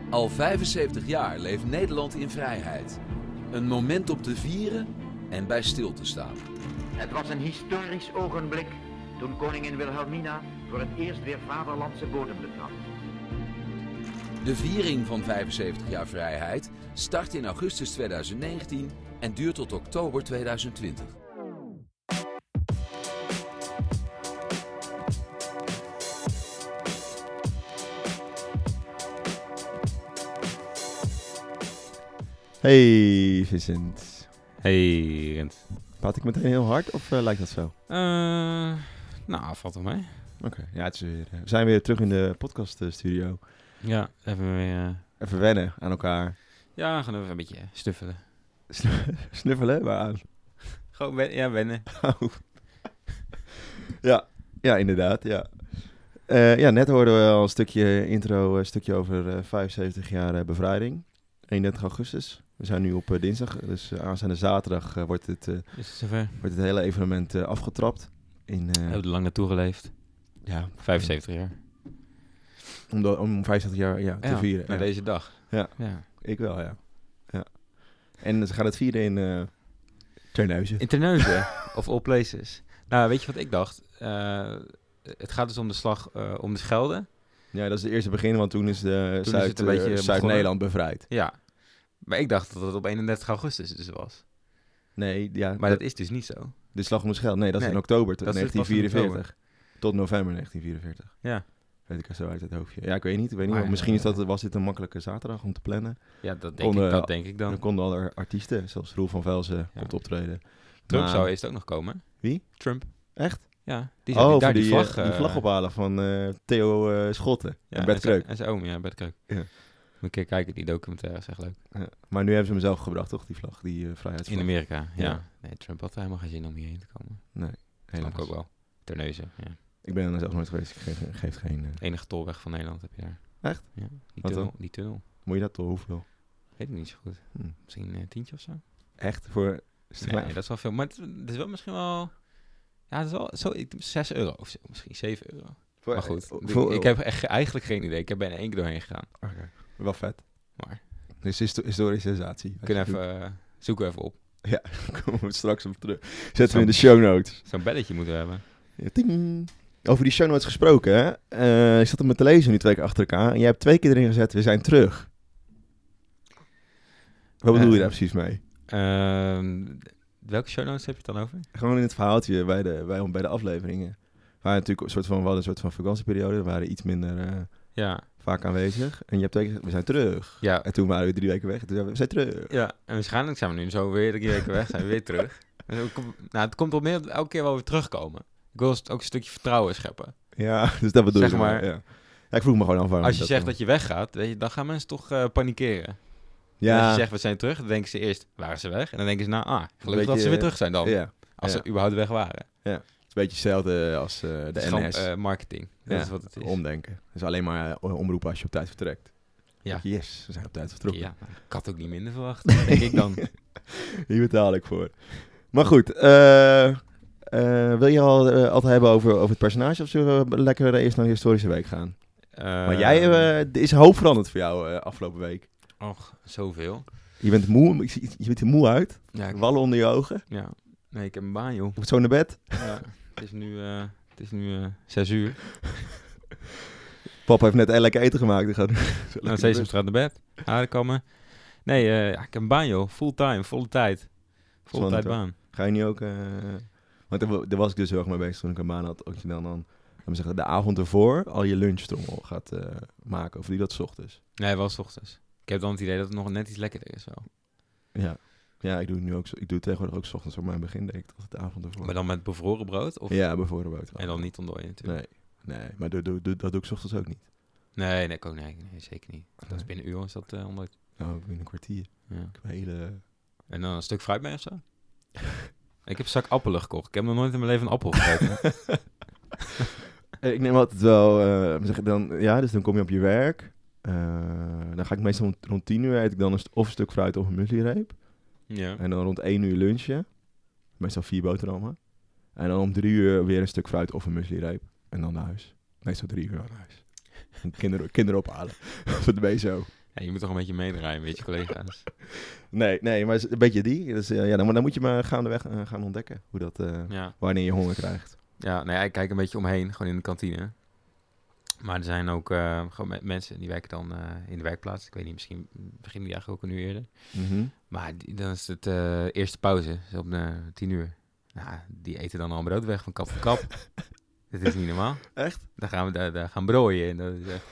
Al 75 jaar leeft Nederland in vrijheid. Een moment om te vieren en bij stil te staan. Het was een historisch ogenblik toen koningin Wilhelmina voor het eerst weer vaderlandse bodem betrad. De viering van 75 jaar vrijheid start in augustus 2019 en duurt tot oktober 2020. Hey Vincent. Hey Rent. Praat ik meteen heel hard of lijkt dat zo? Nou, valt wel mee. Oké, ja, het is weer, we zijn weer terug in de podcaststudio. Ja, even weer... Even wennen aan elkaar. Ja, gaan even een beetje stuffelen. Snuffelen? Waaraan? Gewoon wennen. Oh. Ja, inderdaad, ja. Ja, net hoorden we al een stukje intro, een stukje over 75 jaar bevrijding. 31 augustus. We zijn nu op dinsdag, dus aanstaande zaterdag wordt het hele evenement afgetrapt. We hebben er lang naartoe geleefd. Ja, 75 jaar. Om 75 jaar te vieren. Naar deze dag. Ja, ik wel, ja. En ze gaan het vieren in Terneuzen. In Terneuzen, of all places. Nou, weet je wat ik dacht? Het gaat dus om de slag om de Schelde. Ja, dat is het eerste begin, want toen is de Zuid-Nederland bevrijd. Ja, maar ik dacht dat het op 31 augustus dus was. Nee, ja. Maar dat is dus niet zo. De slag om de Schelde, nee, dat is in oktober 1944. Tot november 1944. Ja. Weet ik er zo uit het hoofdje. Ja, ik weet niet. Maar, misschien was dit een makkelijke zaterdag om te plannen. Ja, dat denk ik dan. Dan konden alle artiesten, zoals Roel van Velzen, op optreden. Trump zou eerst ook nog komen. Wie? Trump. Echt? Ja, die zou daar die vlag ophalen van Theo Schotten en Bert Kreuk. En zijn oom, ja, Bert Kreuk. Ja. Moet een keer kijken, die documentaire is echt leuk. Ja. Maar nu hebben ze hem zelf gebracht, toch, die vlag, die vrijheidsvlag? In Amerika, ja. Ja. Nee, Trump had er helemaal geen zin om hierheen te komen. Nee, Snap ik ook wel. Terneuzen, ja. Ik ben er zelf nooit geweest, ik geef geen... Enige tolweg van Nederland heb je daar. Echt? Ja, die tunnel. Moet je dat toch, hoeveel? Weet ik niet zo goed. Misschien een tientje of zo. Echt? Voor... Nee, dat is wel veel. Maar het is wel misschien wel... Ja, het is wel zo, 6 euro of zo. Misschien 7 euro. Maar goed, ik heb eigenlijk geen idee. Ik heb bijna 1 keer doorheen gegaan. Oké. Wel vet. Maar. Dus historische sensatie. Zoeken we even op. Ja, komen we straks op terug. Zetten we in de show notes. Zo'n belletje moeten we hebben. Ja, ting. Over die show notes gesproken, hè? Ik zat hem te lezen nu 2 keer achter elkaar. En jij hebt 2 keer erin gezet, we zijn terug. Wat bedoel je daar precies mee? Welke show notes heb je het dan over? Gewoon in het verhaaltje bij de afleveringen. We hadden een soort van vakantieperiode. We waren iets minder vaak aanwezig. En je hebt 2 keer gezegd, we zijn terug. Ja. En toen waren we 3 weken weg. En toen zeiden we zijn terug. Ja, en waarschijnlijk zijn we nu zo weer 3 weken weg. Zijn we weer terug. Het komt op meer elke keer wel weer terugkomen. Ik wil ook een stukje vertrouwen scheppen. Ja, dus dat bedoel ik. Zeg maar, ja, ik vroeg me gewoon af waarom. Als je zegt dat je weggaat, weet je, dan gaan mensen toch panikeren. Ja. En als je zegt, we zijn terug, dan denken ze eerst, waren ze weg? En dan denken ze, gelukkig dat ze weer terug zijn dan. Ja. Als ze überhaupt weg waren. Ja. Het is een beetje hetzelfde als de NS. Gewoon marketing. Dat is wat het is. Omdenken. Dus alleen maar omroepen als je op tijd vertrekt. Ja. Yes, we zijn op tijd vertrokken. Ja, ik had ook niet minder verwacht, denk ik dan. Hier betaal ik voor. Maar goed, wil je altijd hebben over het personage of zullen we lekker eerst naar de historische week gaan? Maar jij, is hoop veranderd voor jou afgelopen week? Och, zoveel. Je bent moe, je ziet er moe uit. Ja, wallen onder je ogen. Ja, nee, ik heb een baan, joh. Je moet zo naar bed. Ja, het is nu 6 uur. Papa heeft net lekker eten gemaakt. Die gaat Sesamstraat naar bed. Haren kammen. Nee, ik heb een baan, joh. Fulltime, volle tijd. Volle tijd baan. Ga je niet ook... Want daar was ik dus heel erg mee bezig toen ik een baan had. Ook je dan zeggen, de avond ervoor al je lunchtrommel gaat maken. Of die dat 's ochtends? Nee, wel 's ochtends. Ik heb dan het idee dat het nog net iets lekkerder is wel. Ja, ik doe het nu ook zo. Ik doe het tegenwoordig ook 's ochtends. Op mijn begin deed ik altijd de avond ervoor. Maar dan met bevroren brood? Of? Ja, bevroren brood. En dan niet ontdooien natuurlijk. Nee, maar dat doe ik 's ochtends ook niet. Nee, zeker niet. Dat is binnen een uur is dat ontdooid. Nou, binnen een kwartier. Ja. Ik heb een hele... En dan een stuk fruit bij of zo? Ik heb een zak appelen gekocht. Ik heb nog nooit in mijn leven een appel gegeten. Ik neem altijd wel... dus dan kom je op je werk. Dan ga ik meestal rond 10 uur eet ik dan of een stuk fruit of een mueslireep. Ja. En dan rond 1 uur lunchen. Meestal 4 boterhammen. En dan om 3 uur weer een stuk fruit of een mueslireep. En dan naar huis. Meestal 3 uur naar huis. En kinderen ophalen. Voor de BSO. Ja, je moet toch een beetje meedraaien met je collega's. Nee, maar een beetje die. Dus, dan moet je maar gaandeweg gaan ontdekken. Hoe dat, wanneer je honger krijgt. Ja, nee, ik kijk een beetje omheen, gewoon in de kantine. Maar er zijn ook gewoon mensen die werken dan in de werkplaats. Ik weet niet, misschien beginnen die eigenlijk ook een uur eerder. Mm-hmm. Maar dan is het eerste pauze, dus op 10 uur. Nou, die eten dan al brood weg van kap voor kap. Dit is niet normaal. Echt? Daar gaan brooien in. Dat is echt...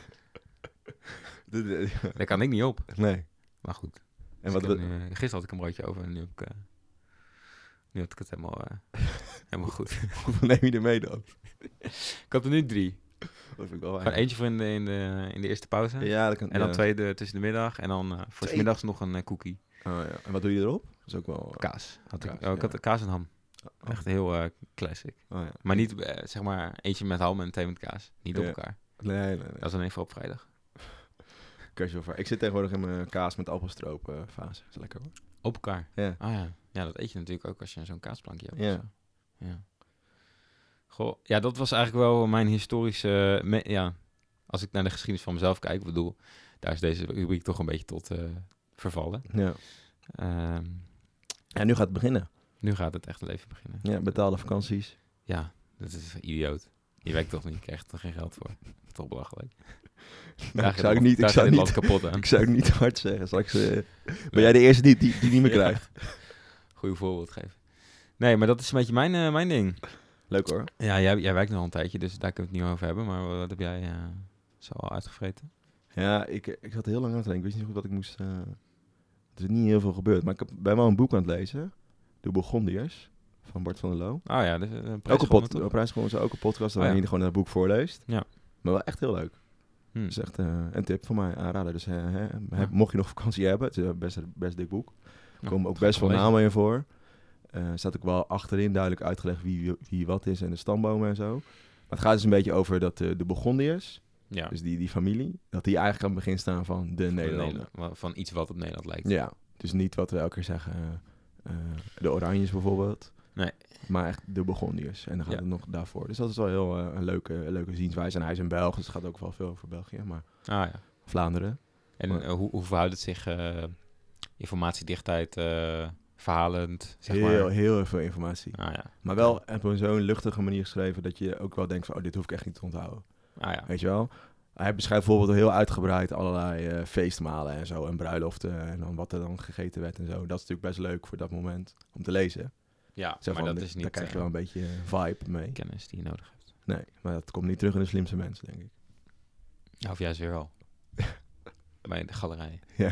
Daar kan ik niet op. Nee. Maar goed. En Dus gisteren had ik een broodje over en nu had ik het helemaal goed. Hoeveel neem je er mee dan? Ik had er nu 3. Dat vind ik wel gewoon eentje voor in de eerste pauze. Ja, dat kan. En dan 2 tussen de middag. En dan voor 's middags nog een cookie. Oh, ja. En wat doe je erop? Dat is ook wel... Kaas. Ik had kaas en ham. Echt heel classic. Oh, ja. Maar niet, zeg maar, eentje met ham en 2 met kaas. Niet op elkaar. Nee. Dat is dan even op vrijdag. Ik zit tegenwoordig in mijn kaas met appelstroop fase. Dat is lekker hoor. Op elkaar? Ja. Ah ja. Ja, dat eet je natuurlijk ook als je zo'n kaasplankje hebt. Ja. Ja. Goh, ja, dat was eigenlijk wel mijn historische... als ik naar de geschiedenis van mezelf kijk, bedoel, daar is deze rubriek toch een beetje tot vervallen. Ja. Nu gaat het beginnen. Nu gaat het echte leven beginnen. Ja, betaalde vakanties. Ja, dat is idioot. Je werkt toch niet, je krijgt er geen geld voor. Toch belachelijk. Nou, ik zou het niet hard zeggen. Straks ben jij de eerste die niet meer krijgt. Goeie voorbeeld geven. Nee, maar dat is een beetje mijn ding. Leuk hoor. Ja, jij werkt nog een tijdje, dus daar kunnen we het niet over hebben. Maar wat heb jij zo al uitgevreten? Ja, ik zat heel lang aan te denken. Ik wist niet goed wat ik moest... Er is niet heel veel gebeurd. Maar ik ben wel een boek aan het lezen. De Bourgondiërs. Van Bart van der Loo. Oh ja, dus een prijsgewonnen is ook een podcast waar je gewoon het boek voorleest. Ja. Maar wel echt heel leuk. Dat is echt een tip voor mij, aanrader. Dus mocht je nog vakantie hebben, het is een best dik boek. Er komen ook best veel namen in voor. Er staat ook wel achterin duidelijk uitgelegd wie wat is en de stambomen en zo. Maar het gaat dus een beetje over dat de Bourgondiërs, dus die familie, dat die eigenlijk aan het begin staan van de Nederlanden. Van iets wat op Nederland lijkt. Ja, dus niet wat we elke keer zeggen, de Oranjes bijvoorbeeld. Nee. Maar echt de Bourgondiërs. En dan gaat het nog daarvoor. Dus dat is wel heel een leuke zienswijze. En hij is een Belg, dus het gaat ook wel veel over België. Maar Vlaanderen. En hoe verhoudt het zich? Informatiedichtheid, verhalend, zeg maar. Maar. Heel veel informatie. Maar wel op zo'n luchtige manier geschreven dat je ook wel denkt van, dit hoef ik echt niet te onthouden. Weet je wel? Hij beschrijft bijvoorbeeld heel uitgebreid allerlei feestmalen en zo. En bruiloften en dan wat er dan gegeten werd en zo. Dat is natuurlijk best leuk voor dat moment om te lezen. Ja, maar dat is niet... Daar krijg je wel een beetje vibe mee. Kennis die je nodig hebt. Nee, maar dat komt niet terug in de slimste mensen, denk ik. Ja, of juist weer wel. Bij de galerij. Ja.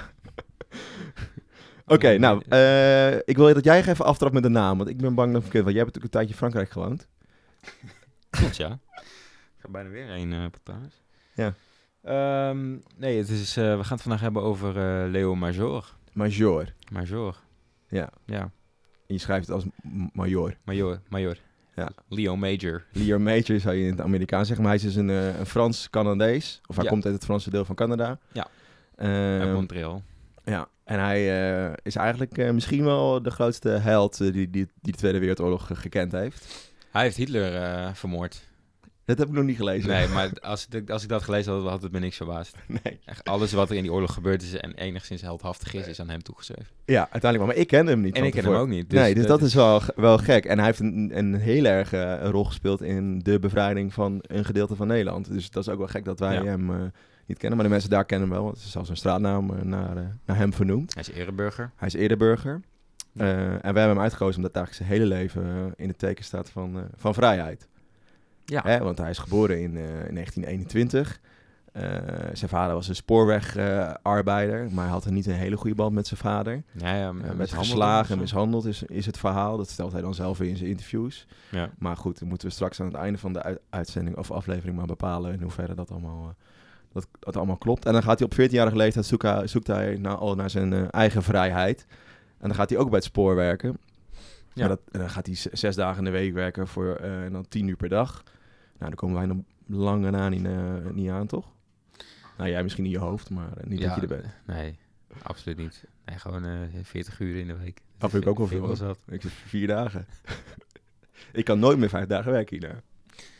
Oké, nou, ik wil dat jij even aftrapt met de naam, want ik ben bang dat verkeerd, want jij hebt natuurlijk een tijdje in Frankrijk gewoond. Klopt, ja. Ik ga bijna weer een trouwens. Ja. Nee, het is, we gaan het vandaag hebben over Leo Major. Major. Ja. Ja. En je schrijft het als Major. Major. Ja. Leo Major. Leo Major zou je in het Amerikaans zeggen, maar hij is dus een Frans-Canadees. Of hij komt uit het Franse deel van Canada. Ja. Uit Montreal. Ja, en hij is eigenlijk misschien wel de grootste held die de Tweede Wereldoorlog gekend heeft. Hij heeft Hitler vermoord. Dat heb ik nog niet gelezen. Nee, maar als ik dat gelezen had het me niks verbaasd. Nee. Echt alles wat er in die oorlog gebeurd is en enigszins heldhaftig is aan hem toegeschreven. Ja, uiteindelijk wel. Maar ik ken hem niet. En ik ken hem ook niet. Dus dat is wel gek. En hij heeft een heel erg rol gespeeld in de bevrijding van een gedeelte van Nederland. Dus dat is ook wel gek dat wij hem niet kennen. Maar de mensen daar kennen hem wel. Het is zelfs een straatnaam naar hem vernoemd. Hij is ereburger. En we hebben hem uitgekozen omdat eigenlijk zijn hele leven in het teken staat van vrijheid. Ja. Want hij is geboren in 1921. Zijn vader was een spoorwegarbeider, maar hij had niet een hele goede band met zijn vader. Ja, werd geslagen en mishandeld is het verhaal. Dat stelt hij dan zelf in zijn interviews. Ja. Maar goed, dan moeten we straks aan het einde van de uitzending of aflevering maar bepalen in hoeverre dat allemaal klopt. En dan gaat hij op 14-jarige leeftijd zoekt hij naar zijn eigen vrijheid. En dan gaat hij ook bij het spoor werken. Ja. En dan gaat hij 6 dagen in de week werken voor en dan 10 uur per dag. Nou, daar komen wij nog lang daarna niet aan, toch? Nou, jij misschien in je hoofd, maar niet dat je er bent. Nee, absoluut niet. Nee, gewoon 40 uur in de week. Dat vind ik ook wel veel. Ik zit 4 dagen. Ik kan nooit meer 5 dagen werken hierna.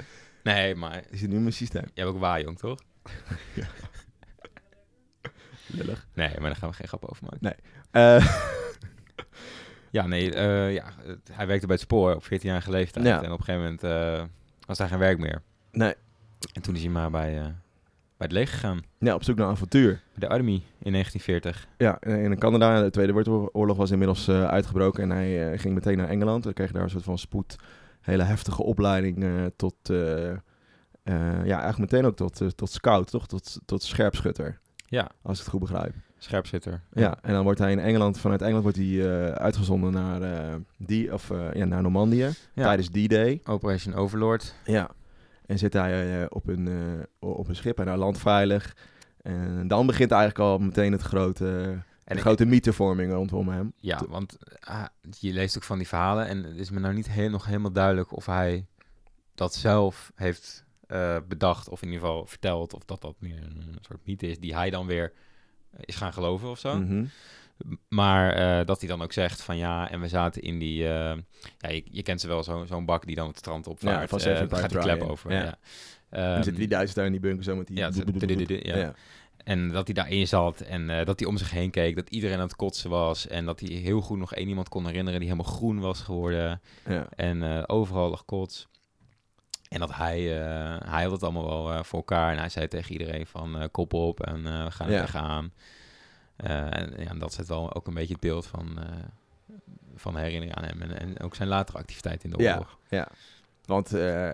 Nee, maar... Is het nu mijn systeem? Jij hebt ook Wajong, toch? Ja. lullig. Nee, maar daar gaan we geen grap over maken. Nee. Hij werkte bij het spoor op 14-jarige leeftijd. Ja. En op een gegeven moment was daar geen werk meer. Nee. En toen is hij maar bij het leger gegaan. Ja, op zoek naar avontuur. De Army in 1940. Ja, in Canada, de Tweede Wereldoorlog was inmiddels uitgebroken en hij ging meteen naar Engeland. Hij kreeg daar een soort van hele heftige opleiding eigenlijk meteen ook tot scout, toch? Tot scherpschutter, Ja, als ik het goed begrijp. scherpschutter. Ja, en dan wordt hij vanuit Engeland wordt hij uitgezonden naar, naar Normandië tijdens D-Day. Operation Overlord. Ja, en zit hij op een schip en hij landt veilig. En dan begint eigenlijk al meteen de grote mythevorming rondom hem. Ja, want je leest ook van die verhalen en het is me nou niet nog helemaal duidelijk of hij dat zelf heeft bedacht of in ieder geval verteld of dat meer een soort mythe is die hij dan weer is gaan geloven of zo. Mhm. Maar dat hij dan ook zegt van ja, en we zaten in die... je kent ze wel, zo'n bak die dan het strand opvaart. Ja, van Saving daar gaat die Private klep Ryan. over. Ja. Ja. Dan zitten die Duitsers daar in die bunker zo met die... Ja. En dat hij daarin zat en dat hij om zich heen keek, dat iedereen aan het kotsen was en dat hij heel goed nog één iemand kon herinneren die helemaal groen was geworden. Ja. En overal lag kots. En dat hij had het allemaal wel voor elkaar en hij zei tegen iedereen van kop op en we gaan er tegenaan. En dat zet wel ook een beetje het beeld van de herinnering aan hem en ook zijn latere activiteit in de oorlog. Ja. Want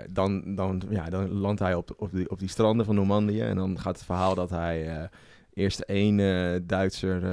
dan landt hij op die stranden van Normandië en dan gaat het verhaal dat hij eerst één Duitser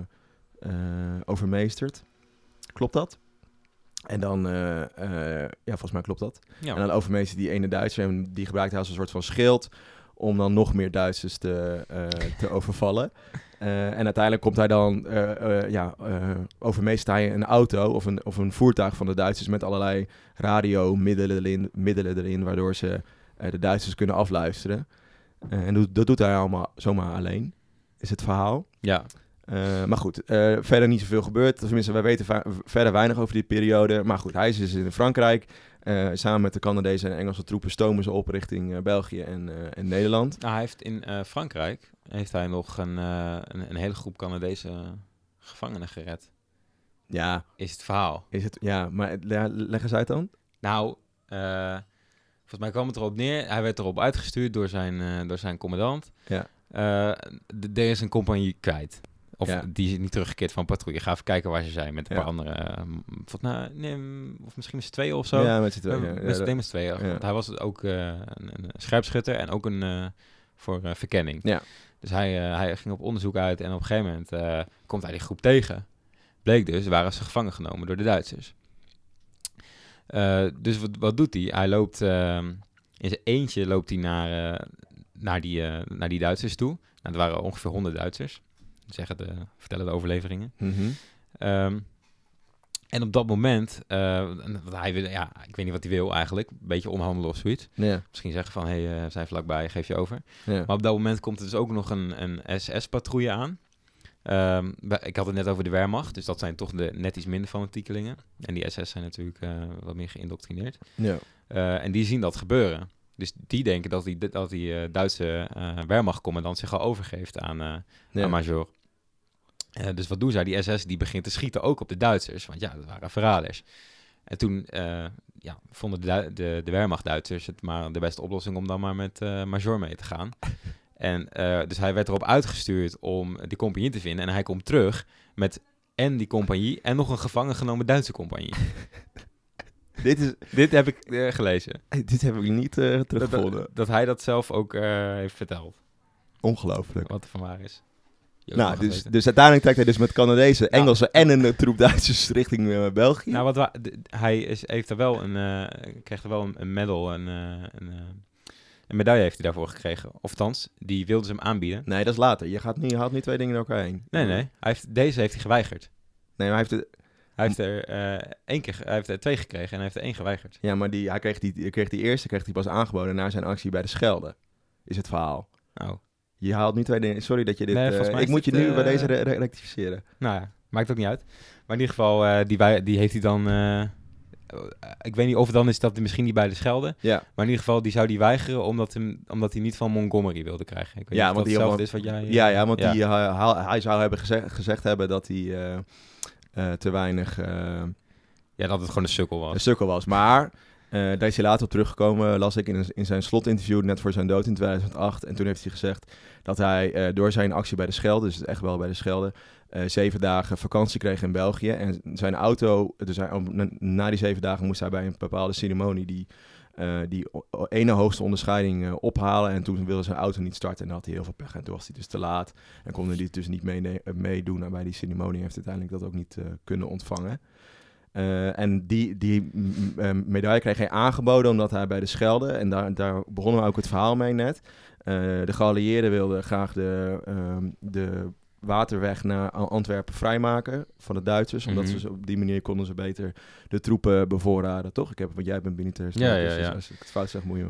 overmeestert. Klopt dat? En dan, volgens mij klopt dat. Ja. En dan overmeestert die ene Duitser en die gebruikt hij als een soort van schild om dan nog meer Duitsers te overvallen. En uiteindelijk komt hij dan, overmeestert hij een auto of een voertuig van de Duitsers met allerlei radiomiddelen erin, waardoor ze de Duitsers kunnen afluisteren. En dat doet hij allemaal zomaar alleen, is het verhaal. Ja. Maar goed, verder niet zoveel gebeurd. Tenminste, wij weten verder weinig over die periode. Maar goed, hij is dus in Frankrijk. Samen met de Canadese en Engelse troepen stomen ze op richting België en Nederland. Nou, hij heeft in Frankrijk nog een hele groep Canadese gevangenen gered. Ja. Is het verhaal. Maar leg eens uit dan. Nou, volgens mij kwam het erop neer. Hij werd erop uitgestuurd door zijn commandant. Ja. Er is een compagnie kwijt. Of die is niet teruggekeerd van patrouille. Ga even kijken waar ze zijn met een paar andere. Of misschien met z'n tweeën of zo. Ja, met z'n tweeën. Met z'n tweeën. Ja. Want hij was ook een scherpschutter en ook voor verkenning. Ja. Dus hij ging op onderzoek uit en op een gegeven moment komt hij die groep tegen. Bleek dus, waren ze gevangen genomen door de Duitsers. Dus wat doet hij? Hij loopt in zijn eentje naar die Duitsers toe. Nou, er waren ongeveer 100 Duitsers. Vertellen de overleveringen. Mm-hmm. En op dat moment, hij wil, ik weet niet wat hij wil eigenlijk, een beetje omhandelen of zoiets. Ja. Misschien zeggen van, we zijn vlakbij, geef je over. Ja. Maar op dat moment komt er dus ook nog een SS-patrouille aan. Ik had het net over de Wehrmacht, dus dat zijn toch net iets minder fanatiekelingen. En die SS zijn natuurlijk wat meer geïndoctrineerd. Ja. En die zien dat gebeuren. Dus die denken dat die Duitse Wehrmachtcommandant zich al overgeeft aan Major. Dus wat doen zij? Die SS die begint te schieten ook op de Duitsers. Want dat waren verraders. En toen vonden de Wehrmacht-Duitsers het maar de beste oplossing om dan maar met Major mee te gaan. En dus hij werd erop uitgestuurd om die compagnie te vinden. En hij komt terug met en die compagnie en nog een gevangen genomen Duitse compagnie. Dit heb ik gelezen. Dit heb ik niet teruggevonden. Dat hij dat zelf ook heeft verteld. Ongelooflijk. Wat er van waar is. Nou, dus uiteindelijk trekt hij dus met Canadezen, Engelsen en een troep Duitsers richting België. Nou, hij kreeg er wel een medal, een medaille heeft hij daarvoor gekregen. Of thans, die wilden ze hem aanbieden. Nee, dat is later. Je haalt nu twee dingen door elkaar heen. Nee. Deze heeft hij geweigerd. Nee, maar hij heeft er 2 gekregen en hij heeft er 1 geweigerd. Ja, maar hij kreeg die eerste pas aangeboden na zijn actie bij de Schelde. Is het verhaal. Oh. Je haalt nu 2 dingen. Sorry dat je dit... Nee, ik moet je nu bij deze rectificeren. Nou ja, maakt ook niet uit. Maar in ieder geval, die heeft hij dan ik weet niet of het dan is dat hij misschien niet bij de Schelde. Ja. Maar in ieder geval, die zou die weigeren omdat hij niet van Montgomery wilde krijgen. Ik weet niet of dat hetzelfde is wat jij... want hij zou hebben gezegd hebben dat hij te weinig... ja, dat het gewoon een sukkel was. Maar daar is hij later op teruggekomen, las ik in zijn slotinterview net voor zijn dood in 2008. En toen heeft hij gezegd dat hij door zijn actie bij de Schelde, dus echt wel bij de Schelde, 7 dagen vakantie kreeg in België. En zijn auto, dus na die 7 dagen moest hij bij een bepaalde ceremonie die ene hoogste onderscheiding ophalen. En toen wilde zijn auto niet starten en dan had hij heel veel pech. En toen was hij dus te laat en kon hij dus niet meedoen bij die ceremonie. Hij heeft uiteindelijk dat ook niet kunnen ontvangen. En die medaille kreeg hij aangeboden omdat hij bij de Schelde, en daar begonnen we ook het verhaal mee net. De geallieerden wilden graag de waterweg naar Antwerpen vrijmaken van de Duitsers. Omdat ze op die manier konden ze beter de troepen bevoorraden, toch? Want jij bent militair. Dus als ik het fout zeg, moet je...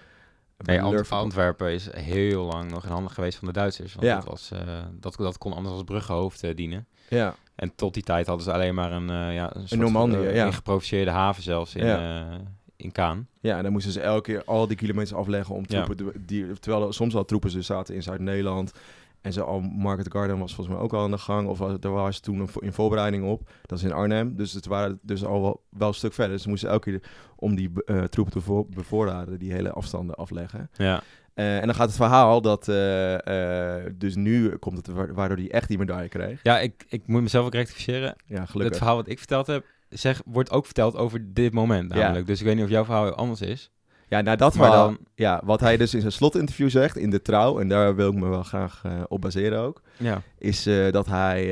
Antwerpen is heel lang nog in handen geweest van de Duitsers. Want dat kon anders als bruggenhoofd dienen. Ja. En tot die tijd hadden ze alleen maar een soort geproviseerde haven zelfs in Kaan. Ja, en dan moesten ze elke keer al die kilometers afleggen om troepen... terwijl er soms al troepen dus zaten in Zuid-Nederland. En Market Garden was volgens mij ook al aan de gang. Of daar waren ze toen in voorbereiding op. Dat is in Arnhem. Dus het waren dus al wel een stuk verder. Dus ze moesten elke keer om die troepen te bevoorraden die hele afstanden afleggen. Ja. En dan gaat het verhaal dat dus nu komt het waardoor hij echt die medaille kreeg. Ja, ik moet mezelf ook rectificeren. Ja, gelukkig. Het verhaal wat ik verteld heb, wordt ook verteld over dit moment namelijk. Ja. Dus ik weet niet of jouw verhaal anders is. Ja, nou dat verhaal, wat hij dus in zijn slotinterview zegt, in de Trouw, en daar wil ik me wel graag op baseren ook, is dat hij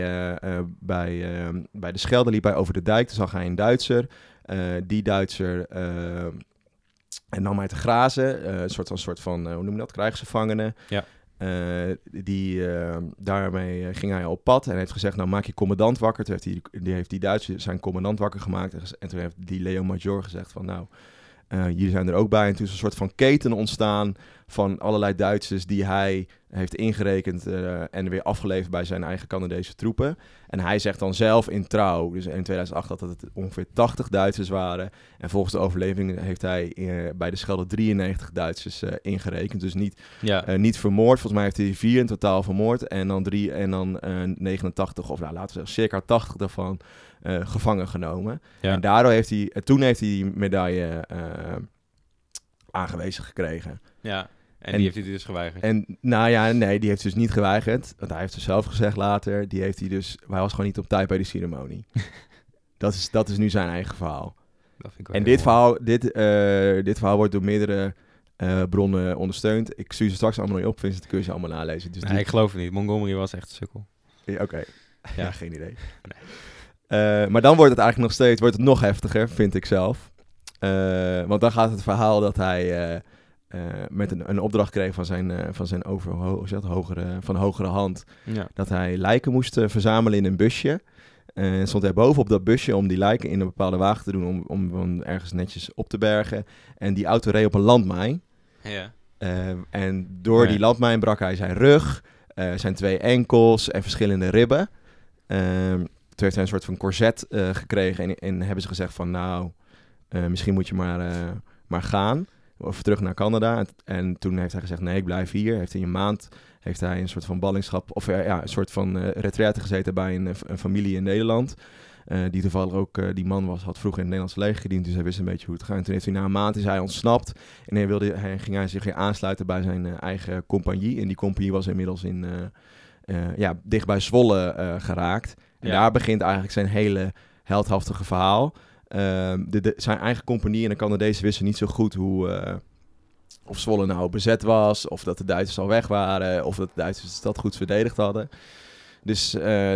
bij de Schelde liep hij over de dijk, toen zag hij een Duitser. Die Duitser nam hij te grazen, een soort van hoe noem je dat, krijgsgevangene. Ja. Daarmee ging hij op pad en heeft gezegd, nou maak je commandant wakker. Toen heeft die Duitser zijn commandant wakker gemaakt en toen heeft die Leo Major gezegd van nou... jullie zijn er ook bij. En toen is een soort van keten ontstaan van allerlei Duitsers die hij heeft ingerekend en weer afgeleverd bij zijn eigen Canadese troepen. En hij zegt dan zelf in Trouw, dus in 2008, dat het ongeveer 80 Duitsers waren. En volgens de overleving heeft hij bij de Schelde 93 Duitsers ingerekend. Dus niet vermoord. Volgens mij heeft hij 4 in totaal vermoord. En dan 89, of laten we zeggen circa 80 daarvan gevangen genomen. Ja. En daardoor heeft hij die medaille aangewezen gekregen. Ja, en die heeft hij dus geweigerd. En nee, die heeft dus niet geweigerd. Want hij heeft dus zelf gezegd later, hij was gewoon niet op tijd bij die ceremonie. dat is nu zijn eigen verhaal. Dat vind ik dit verhaal wordt door meerdere bronnen ondersteund. Ik stuur ze straks allemaal niet op, Vincent, kun je ze allemaal nalezen. Dus ik geloof het niet. Montgomery was echt een sukkel. Ja, Oké. Ja, geen idee. Nee. Maar dan wordt het nog heftiger, vind ik zelf. Want dan gaat het verhaal dat hij met een opdracht kreeg van zijn hogere hand. Ja. Dat hij lijken moest verzamelen in een busje. En stond hij boven op dat busje om die lijken in een bepaalde wagen te doen om ergens netjes op te bergen. En die auto reed op een landmijn. Ja. En door die landmijn brak hij zijn rug, zijn 2 enkels en verschillende ribben. Toen heeft hij een soort van corset gekregen en hebben ze gezegd van misschien moet je maar gaan. Of terug naar Canada. En toen heeft hij gezegd, nee, ik blijf hier. Heeft hij een maand een soort van ballingschap, of een soort van retraite gezeten bij een familie in Nederland. Die toevallig ook, die man had vroeger in het Nederlandse leger gediend, dus hij wist een beetje hoe het gaat. En toen heeft hij na een maand is hij ontsnapt en ging hij zich weer aansluiten bij zijn eigen compagnie. En die compagnie was inmiddels dicht bij Zwolle geraakt. En daar begint eigenlijk zijn hele heldhaftige verhaal. Zijn eigen compagnie en de Canadezen wisten niet zo goed of Zwolle nou bezet was, of dat de Duitsers al weg waren, of dat de Duitsers de stad goed verdedigd hadden. Dus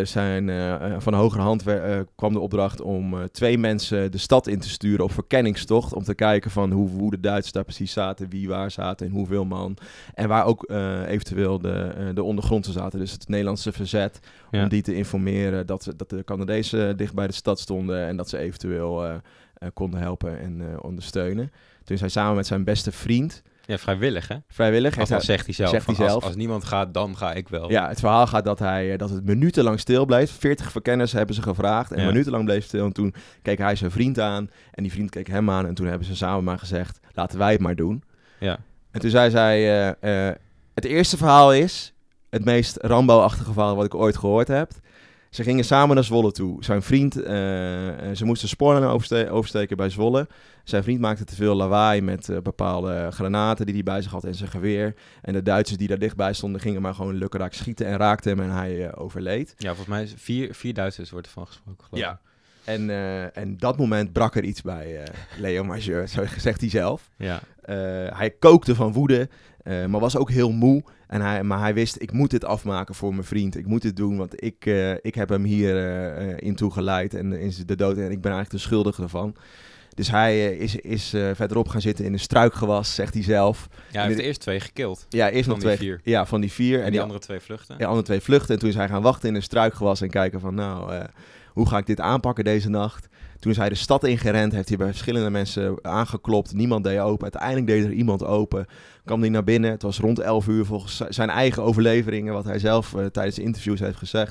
van hogerhand kwam de opdracht om 2 mensen de stad in te sturen op verkenningstocht, om te kijken van hoe de Duitsers daar precies zaten, wie waar zaten en hoeveel man. En waar ook eventueel de ondergrondse zaten, dus het Nederlandse verzet, om die te informeren dat de Canadezen dicht bij de stad stonden en dat ze eventueel konden helpen en ondersteunen. Toen is hij samen met zijn beste vriend Ja, vrijwillig, hè? Vrijwillig. Althans, zegt hij zelf. Zegt hij zelf. Als niemand gaat, dan ga ik wel. Ja, het verhaal gaat dat het minutenlang stil bleef. 40 verkenners hebben ze gevraagd. En minutenlang bleef stil. En toen keek hij zijn vriend aan. En die vriend keek hem aan. En toen hebben ze samen maar gezegd, laten wij het maar doen. Ja. En toen zei zij, het eerste verhaal is het meest Rambo-achtige verhaal wat ik ooit gehoord heb. Ze gingen samen naar Zwolle toe. Zijn vriend, ze moesten sporen oversteken bij Zwolle. Zijn vriend maakte te veel lawaai met bepaalde granaten die hij bij zich had en zijn geweer. En de Duitsers die daar dichtbij stonden gingen maar gewoon lukraak schieten en raakten hem en hij overleed. Ja, volgens mij vier Duitsers wordt ervan gesproken, geloof ik. Ja. En dat moment brak er iets bij Leo Mageur, zo zegt hij zelf. Ja. Hij kookte van woede, maar was ook heel moe. Maar hij wist, ik moet dit afmaken voor mijn vriend. Ik moet dit doen, want ik heb hem hier in toegeleid en in de dood. En ik ben eigenlijk de schuldige ervan. Dus hij is verderop gaan zitten in een struikgewas, zegt hij zelf. Ja, hij heeft de eerste 2 gekild. Ja, eerst nog 2. 4. Ja, van die 4. En die andere 2 vluchten. Ja, andere 2 vluchten. En toen is hij gaan wachten in een struikgewas en kijken van, hoe ga ik dit aanpakken deze nacht? Toen is hij de stad ingerend, heeft hij bij verschillende mensen aangeklopt. Niemand deed open. Uiteindelijk deed er iemand open. Kwam hij naar binnen. Het was rond 11 uur volgens zijn eigen overleveringen, wat hij zelf tijdens de interviews heeft gezegd.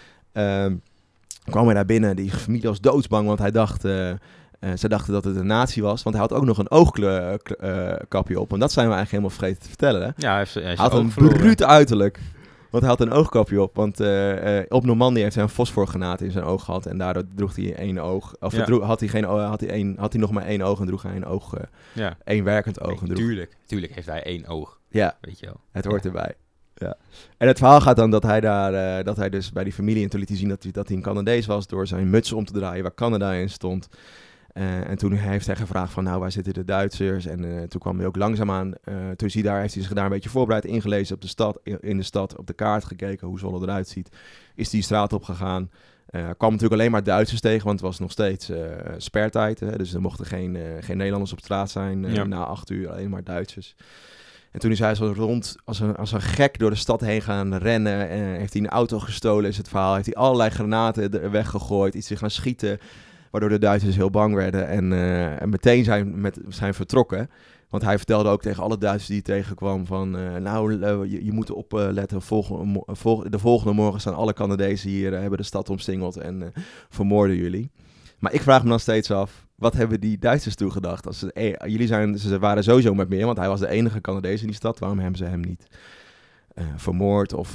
Kwam hij daar binnen. Die familie was doodsbang, want hij dacht... ze dachten dat het een nazi was, want hij had ook nog een oogkapje op. En dat zijn we eigenlijk helemaal vergeten te vertellen. Hè? Ja, hij had een brute uiterlijk. Want hij had een oogkapje op. Want op Normandië heeft hij een fosforgranaat in zijn oog gehad. En daardoor droeg hij 1 oog. Of had hij nog maar 1 oog en droeg hij een oog. 1 werkend oog. Tuurlijk heeft hij 1 oog. Ja, weet je wel. Het hoort erbij. Ja. En het verhaal gaat dan dat hij dus bij die familie, en toen liet hij zien dat hij een Canadees was door zijn muts om te draaien waar Canada in stond. En toen heeft hij gevraagd van, waar zitten de Duitsers? En toen kwam hij ook langzaamaan. Toen heeft hij zich daar een beetje voorbereid, ingelezen op de stad, in de stad, op de kaart gekeken hoe Zwolle eruit ziet. Is die straat op gegaan. Kwam natuurlijk alleen maar Duitsers tegen, want het was nog steeds spertijd. Hè? Dus er mochten geen Nederlanders op straat zijn na 8 uur, alleen maar Duitsers. En toen is hij zo rond als een gek door de stad heen gaan rennen. Heeft hij een auto gestolen, is het verhaal. Heeft hij allerlei granaten weggegooid, iets gaan schieten. Waardoor de Duitsers heel bang werden en meteen zijn vertrokken. Want hij vertelde ook tegen alle Duitsers die hij tegenkwam van... je moet opletten, de volgende morgen staan alle Canadezen hier... hebben de stad omsingeld en vermoorden jullie. Maar ik vraag me dan steeds af, wat hebben die Duitsers toegedacht? Ze waren sowieso met meer, want hij was de enige Canadees in die stad. Waarom hebben ze hem niet vermoord of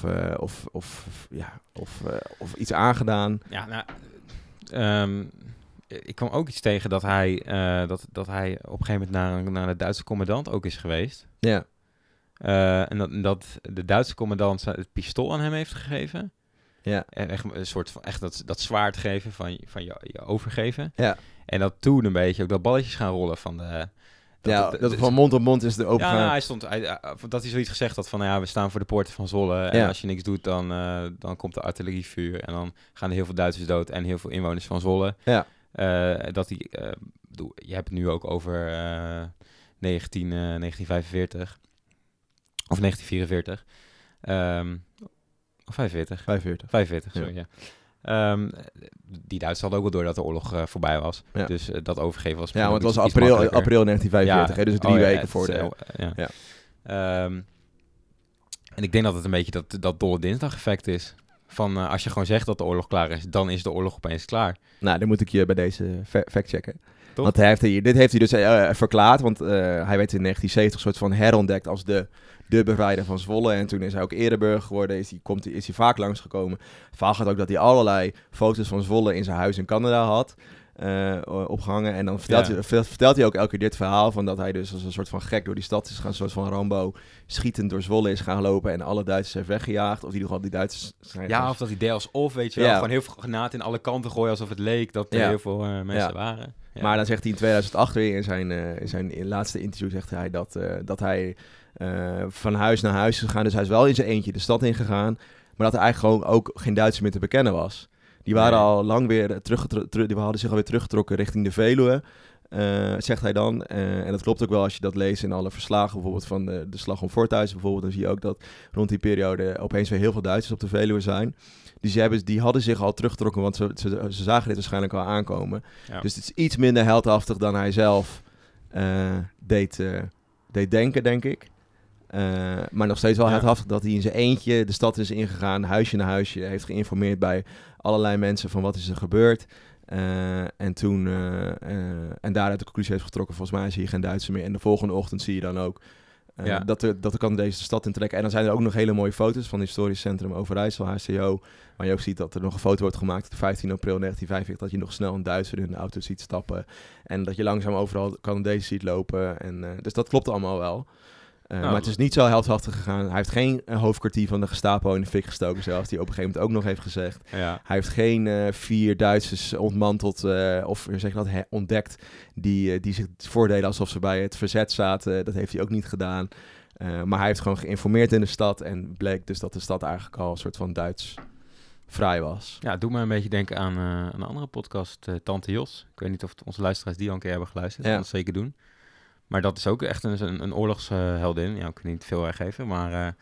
iets aangedaan? Ja, ik kwam ook iets tegen dat hij op een gegeven moment naar de Duitse commandant ook is geweest. Ja. En dat de Duitse commandant het pistool aan hem heeft gegeven. Ja. En echt een soort van echt dat zwaard geven van je overgeven. Ja. En dat toen een beetje ook dat balletjes gaan rollen van de... Dat van mond op mond is de open. Ja, dat hij zoiets gezegd had van, we staan voor de poorten van Zwolle. En als je niks doet, dan komt de artillerievuur. En dan gaan er heel veel Duitsers dood en heel veel inwoners van Zwolle. Ja. Je hebt het nu ook over 1945 of 1944. Of 45? 45, sorry, ja. Die Duitsers hadden ook wel door dat de oorlog voorbij was. Ja. Dus dat overgeven was... Ja, want het was april 1945, dus 3 weken voor de... En ik denk dat het een beetje dat dolle dinsdag effect is. Van als je gewoon zegt dat de oorlog klaar is, dan is de oorlog opeens klaar. Nou, dan moet ik je bij deze factchecken. Want dit heeft hij dus verklaard, want hij werd in 1970 soort van herontdekt als de bevrijder van Zwolle. En toen is hij ook ereburger geworden, is hij vaak langsgekomen. Het verhaal gaat ook dat hij allerlei foto's van Zwolle in zijn huis in Canada had opgehangen. En dan vertelt hij ook elke keer dit verhaal van dat hij dus als een soort van gek door die stad is gaan, een soort van Rambo, schietend door Zwolle is gaan lopen en alle Duitsers heeft weggejaagd. Of in ieder geval die Duitsers... of dat idee alsof, weet je wel, gewoon heel veel granaten in alle kanten gooien alsof het leek dat er heel veel mensen waren. Ja. Maar dan zegt hij in 2008 weer in zijn laatste interview zegt hij dat hij van huis naar huis is gegaan. Dus hij is wel in zijn eentje de stad ingegaan. Maar dat er eigenlijk gewoon ook geen Duitser meer te bekennen was. Die waren al lang weer die hadden zich alweer teruggetrokken richting de Veluwe. Zegt hij dan. En dat klopt ook wel als je dat leest in alle verslagen. Bijvoorbeeld van de slag om Voorthuizen bijvoorbeeld. Dan zie je ook dat rond die periode opeens weer heel veel Duitsers op de Veluwe zijn. Dus die hadden zich al teruggetrokken, want ze zagen dit waarschijnlijk al aankomen. Ja. Dus het is iets minder heldhaftig dan hij zelf deed deed denken, denk ik. Maar nog steeds wel heldhaftig dat hij in zijn eentje de stad is ingegaan, huisje naar huisje, heeft geïnformeerd bij allerlei mensen van wat is er gebeurd. En toen en daaruit de conclusie heeft getrokken, volgens mij is hier geen Duitser meer. En de volgende ochtend zie je dan ook dat de Canadezen de stad intrekken. En dan zijn er ook nog hele mooie foto's van het historisch centrum Overijssel, HCO, waar je ook ziet dat er nog een foto wordt gemaakt op 15 april 1945, dat je nog snel een Duitser in de auto ziet stappen. En dat je langzaam overal Canadezen ziet lopen. En, dus dat klopt allemaal wel. Maar het is niet zo heldhaftig gegaan. Hij heeft geen hoofdkwartier van de Gestapo in de fik gestoken, zoals hij op een gegeven moment ook nog heeft gezegd. Ja. Hij heeft geen 4 Duitsers ontmanteld of zeg je dat, ontdekt die zich voordeden alsof ze bij het verzet zaten. Dat heeft hij ook niet gedaan. Maar hij heeft gewoon geïnformeerd in de stad en bleek dus dat de stad eigenlijk al een soort van Duits vrij was. Ja, het doet me een beetje denken aan een andere podcast, Tante Jos. Ik weet niet of onze luisteraars die al een keer hebben geluisterd. Dat kan zeker doen. Maar dat is ook echt een oorlogsheldin. Ja, ik kan niet veel weggeven. Maar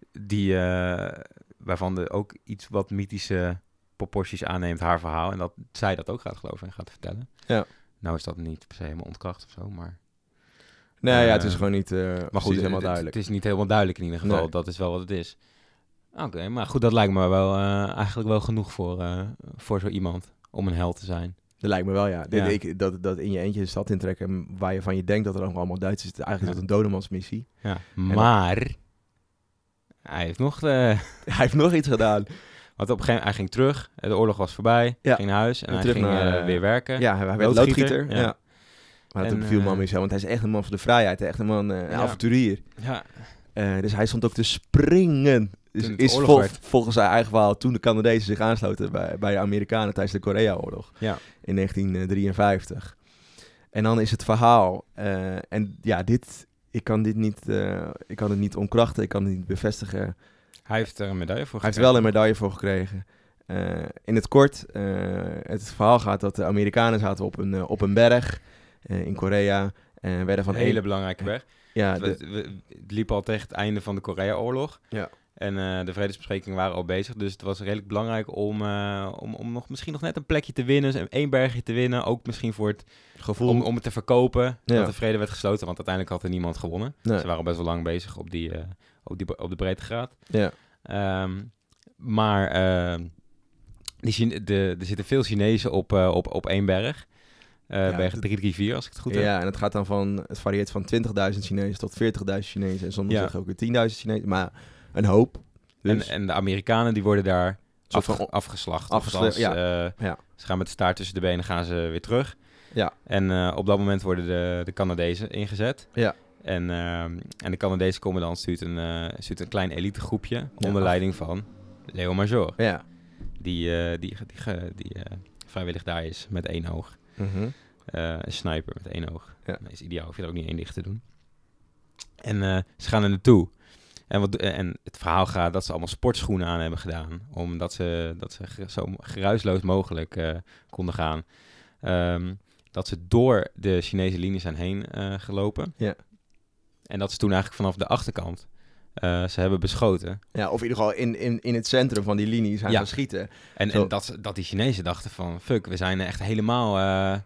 waarvan ook iets wat mythische proporties aanneemt, haar verhaal. En dat zij dat ook gaat geloven en gaat vertellen. Ja. Nou is dat niet per se helemaal ontkracht of zo, maar... Nee, het is gewoon niet maar goed, helemaal duidelijk. Het is niet helemaal duidelijk in ieder geval. Nee. Dat is wel wat het is. Oké, maar goed, dat lijkt me wel eigenlijk wel genoeg voor zo iemand om een held te zijn. Dat lijkt me wel, ja. Dat in je eentje de stad intrekken waar je van je denkt dat er allemaal Duitsers is, eigenlijk is dat een dodemansmissie. Ja, maar hij heeft nog... hij heeft nog iets gedaan. Want op een gegeven moment, hij ging terug, de oorlog was voorbij, ging naar huis en hij ging weer werken. Ja, hij werd loodgieter. Ja. Maar dat viel me mee zo, want hij is echt een man van de vrijheid, echt een man, een avonturier. Ja. Dus hij stond ook te springen. Dus is volgens zijn eigen verhaal toen de Canadezen zich aansloten bij de Amerikanen tijdens de Korea-oorlog in 1953. En dan is het verhaal, en ja, ik kan het niet omkrachten, ik kan het niet bevestigen. Hij heeft er een medaille voor gekregen. Hij heeft wel een medaille voor gekregen. In het kort, het verhaal gaat dat de Amerikanen zaten op een berg in Korea. Werden van een hele belangrijke berg. Ja, we liepen al tegen het einde van de Korea-oorlog. Ja. En de vredesbesprekingen waren al bezig. Dus het was redelijk belangrijk om misschien nog net een plekje te winnen. 1 bergje te winnen. Ook misschien voor het gevoel om het te verkopen. Ja. Dat de vrede werd gesloten. Want uiteindelijk had er niemand gewonnen. Nee. Ze waren best wel lang bezig op de breedtegraad. Ja. Maar er zitten veel Chinezen op 1 berg. Berg 334, als ik het goed heb. Ja, en het varieert van 20.000 Chinezen tot 40.000 Chinezen. En sommigen zeggen ook weer 10.000 Chinezen. Maar een hoop. Dus. En de Amerikanen die worden daar afgeslacht. Ze gaan met de staart tussen de benen gaan ze weer terug. Ja. En op dat moment worden de Canadezen ingezet. Ja. En de Canadese commandant stuurt een klein elitegroepje onder leiding van Léon Major. Ja. Die vrijwillig daar is met 1 oog. Mm-hmm. Een sniper met 1 oog. Ja. Dat is ideaal, hoef je er ook niet 1 dicht te doen. En ze gaan er naartoe. En het verhaal gaat dat ze allemaal sportschoenen aan hebben gedaan. Omdat ze zo geruisloos mogelijk konden gaan. Dat ze door de Chinese linie zijn heen gelopen. Ja. En dat ze toen eigenlijk vanaf de achterkant ze hebben beschoten. Ja, of in ieder geval in het centrum van die linie zijn gaan schieten. En dat die Chinezen dachten van... Fuck, we zijn echt helemaal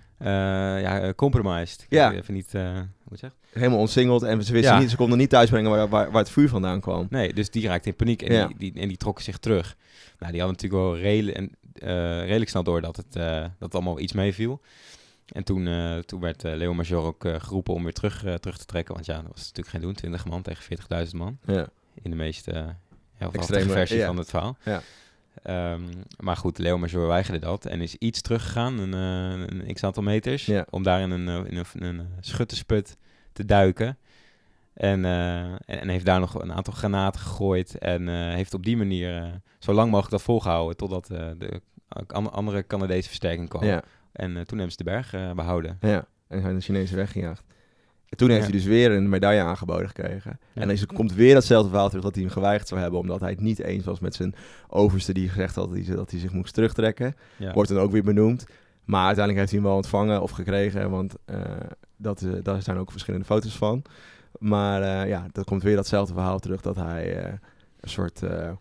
compromised. Ja. Ik even niet... hoe het zegt? Helemaal omsingeld en ze wisten niet, ze konden niet thuisbrengen waar het vuur vandaan kwam. Nee, dus die raakte in paniek en die trokken zich terug. Nou, die hadden natuurlijk wel redelijk snel door dat het allemaal iets meeviel. En toen werd Léon Major ook geroepen om weer terug te trekken. Want ja, dat was natuurlijk geen doen. 20 man tegen 40.000 man. Ja. In de meest extreme versie van het verhaal. Ja. Maar goed, Léon Major weigerde dat. En is iets teruggegaan, een x-aantal meters. Ja. Om daar in een schuttersput te duiken. En heeft daar nog een aantal granaten gegooid. En heeft op die manier zo lang mogelijk dat volgehouden. Totdat de andere Canadese versterking kwam. Ja. En toen hebben ze de berg behouden. Ja, en zijn de Chinezen weggejaagd. En toen heeft hij dus weer een medaille aangeboden gekregen. Ja. En dan komt weer datzelfde verhaal terug dat hij hem geweigerd zou hebben... omdat hij het niet eens was met zijn overste die gezegd had dat hij zich moest terugtrekken. Ja. Wordt dan ook weer benoemd. Maar uiteindelijk heeft hij hem wel ontvangen of gekregen... want daar zijn ook verschillende foto's van. Maar dan komt weer datzelfde verhaal terug... dat hij een soort...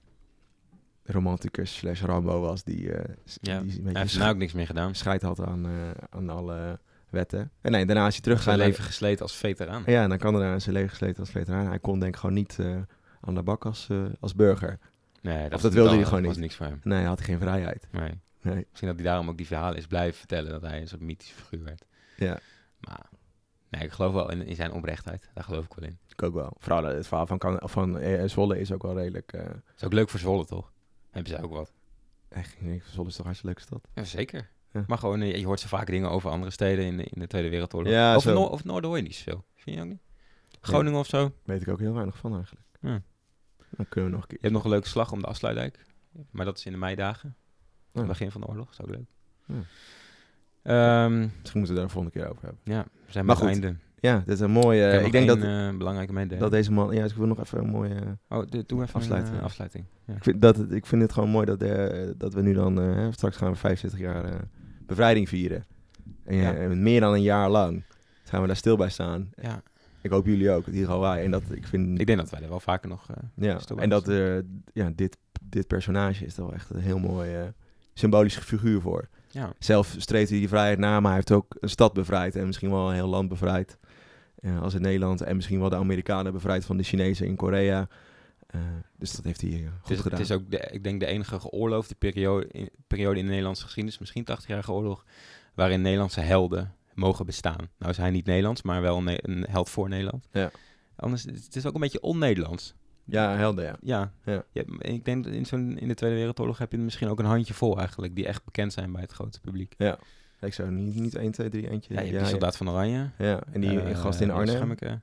romanticus / Rambo was die hij heeft nou ook niks meer gedaan. Scheid had aan alle wetten. En nee, daarna is hij teruggegaan. Zijn leven gesleten als veteraan. Ja, dan kan daarna zijn leven gesleten als veteraan. Hij kon denk ik gewoon niet aan de bak als burger. Nee, Of dat wilde hij gewoon was niet. niks voor hem. Nee, hij had geen vrijheid. Nee. Nee. Misschien dat hij daarom ook die verhalen is blijven vertellen, dat hij een soort mythische figuur werd. Ja, Maar nee, ik geloof wel in zijn oprechtheid. Daar geloof ik wel in. ik ook wel. Vooral het verhaal van Zwolle is ook wel redelijk... Is ook leuk voor Zwolle, toch? Hebben ze ook wat. echt, nee, Zwolle is toch hartstikke leuke stad? Ja, zeker. Ja. Maar gewoon, je hoort zo vaak dingen over andere steden in de Tweede Wereldoorlog. Ja, over zo. Of Noorden hoor je niet zoveel. Vind je ook niet? Groningen of zo. Weet ik ook heel weinig van eigenlijk. Ja. Dan kunnen we nog een keer... Je hebt nog een leuke slag om de Afsluitdijk. Maar dat is in de meidagen. Ja. Begin van de oorlog. Dat is ook leuk. Ja. Misschien Misschien moeten we daar de volgende keer over hebben. ja, we zijn Maar bij het goed. einde. Ja, dit is een mooie... ik denk dat belangrijke mededeling. dat deze man... Ja, dus ik wil nog even een mooie... Doe even afsluiten. een afsluiting. Ja. Ik vind het gewoon mooi dat we nu dan... straks gaan we 75 jaar bevrijding vieren. En meer dan een jaar lang gaan we daar stil bij staan. Ja. Ik hoop jullie ook, in ieder geval wij. En dat ik vind... Ik denk dat wij er wel vaker nog stil bij en dat staan. dit personage is er wel echt een heel mooi symbolische figuur voor. Ja. Zelf streed hij die vrijheid na, maar hij heeft ook een stad bevrijd en misschien wel een heel land bevrijd. Als in Nederland en misschien wel de Amerikanen bevrijd van de Chinezen in Korea. Dus dat heeft hij goed gedaan. Het is ook, ik denk, de enige geoorloofde periode in de Nederlandse geschiedenis, misschien 80-jarige oorlog, waarin Nederlandse helden mogen bestaan. Nou is hij niet Nederlands, maar wel een held voor Nederland. Ja. Anders, het is ook een beetje on-Nederlands. Ja, helder, ja. Ja. Ik denk dat in de Tweede Wereldoorlog heb je er misschien ook een handje vol eigenlijk, die echt bekend zijn bij het grote publiek. Ja. Ik zou niet 1, 2, 3 eentje... Ja, je hebt die Soldaat van Oranje. Ja, en die gast in Arnhem. Schemmeke.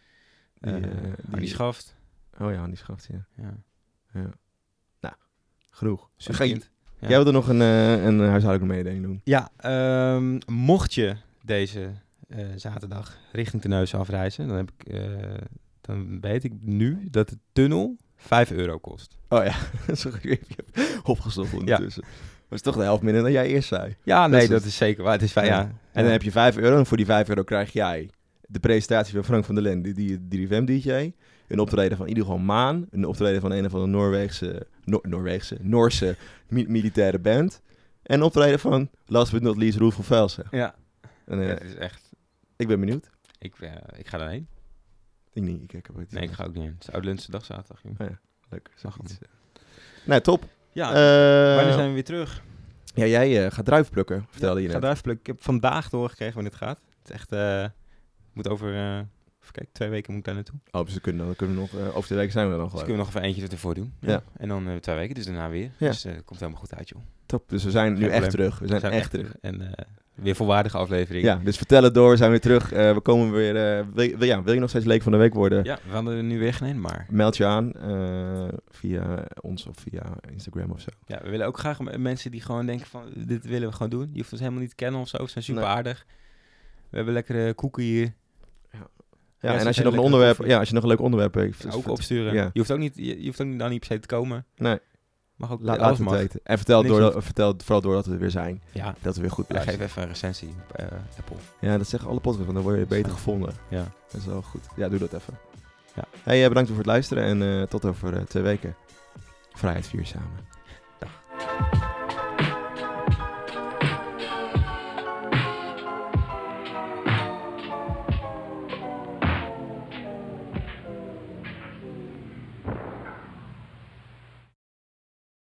Die Schaft. Oh ja, die Schaft, ja. Nou, genoeg. Superkind. Ja. Jij wilde nog een huishoudelijke mededeling doen. Ja, mocht je deze zaterdag richting de Neus afreizen, dan weet ik nu dat de tunnel €5 kost. Oh ja, sorry, ik heb opgezocht ondertussen. Dat is toch de helft minder dan jij eerst zei. Ja, nee, dat is zeker waar. Het is En dan heb je €5 en voor die €5 krijg jij de presentatie van Frank van der Len, die 3FM-DJ. Een optreden van in ieder geval Maan. Een optreden van een of andere Noorse militaire band. En een optreden van, last but not least, Roel van Velsen. Ja. En, Het is echt... ik ben benieuwd. Ik ga daarheen. Ik niet. Ik heb het Nee, ik ga ook niet heen. Het is Oud-Lundse dag zaterdag, joh. Oh ja, leuk. Mag Iets. Nou, top. Ja, wanneer zijn we weer terug? Ja, jij gaat druiven plukken, vertelde je Ik net. ga druiven plukken. Ik heb vandaag doorgekregen wanneer het gaat. Het is echt... moet over... even kijken, 2 weken moet ik daar naartoe. Oh, dus dan kunnen we nog... over 2 weken zijn we er nog Dus wel. kunnen we nog even eentje ervoor doen. Ja. En dan 2 weken, dus daarna weer. Ja. Dus het komt helemaal goed uit, joh. Top, dus we zijn nu Geen echt probleem. terug. We zijn echt terug. En weer volwaardige aflevering. Ja, dus vertel het door. We zijn weer terug. We komen weer... wil je nog steeds leek van de week worden? Ja, we hadden er nu weer geen, maar... Meld je aan via ons of via Instagram of zo. Ja, we willen ook graag mensen die gewoon denken van... Dit willen we gewoon doen. Je hoeft ons helemaal niet te kennen of zo. We zijn super aardig. We hebben lekkere koeken hier. Ja, en ze als je zijn nog een lekker onderwerp... koffie. Ja, als je nog een leuk onderwerp heeft... Ook opsturen. Ja. Je hoeft ook niet dan niet per se te komen. Nee. Mag ook Laat alles het mag. weten. En vertel vooral door dat we er weer zijn. Ja. Dat we weer goed Ja, blijven. geef even een recensie op Apple. Ja, dat zeggen alle podcasts, want dan word je beter gevonden. Ja. Dat is wel goed. Ja, doe dat even. Ja. Hey, bedankt voor het luisteren en tot over 2 weken. Vrijheid vier samen.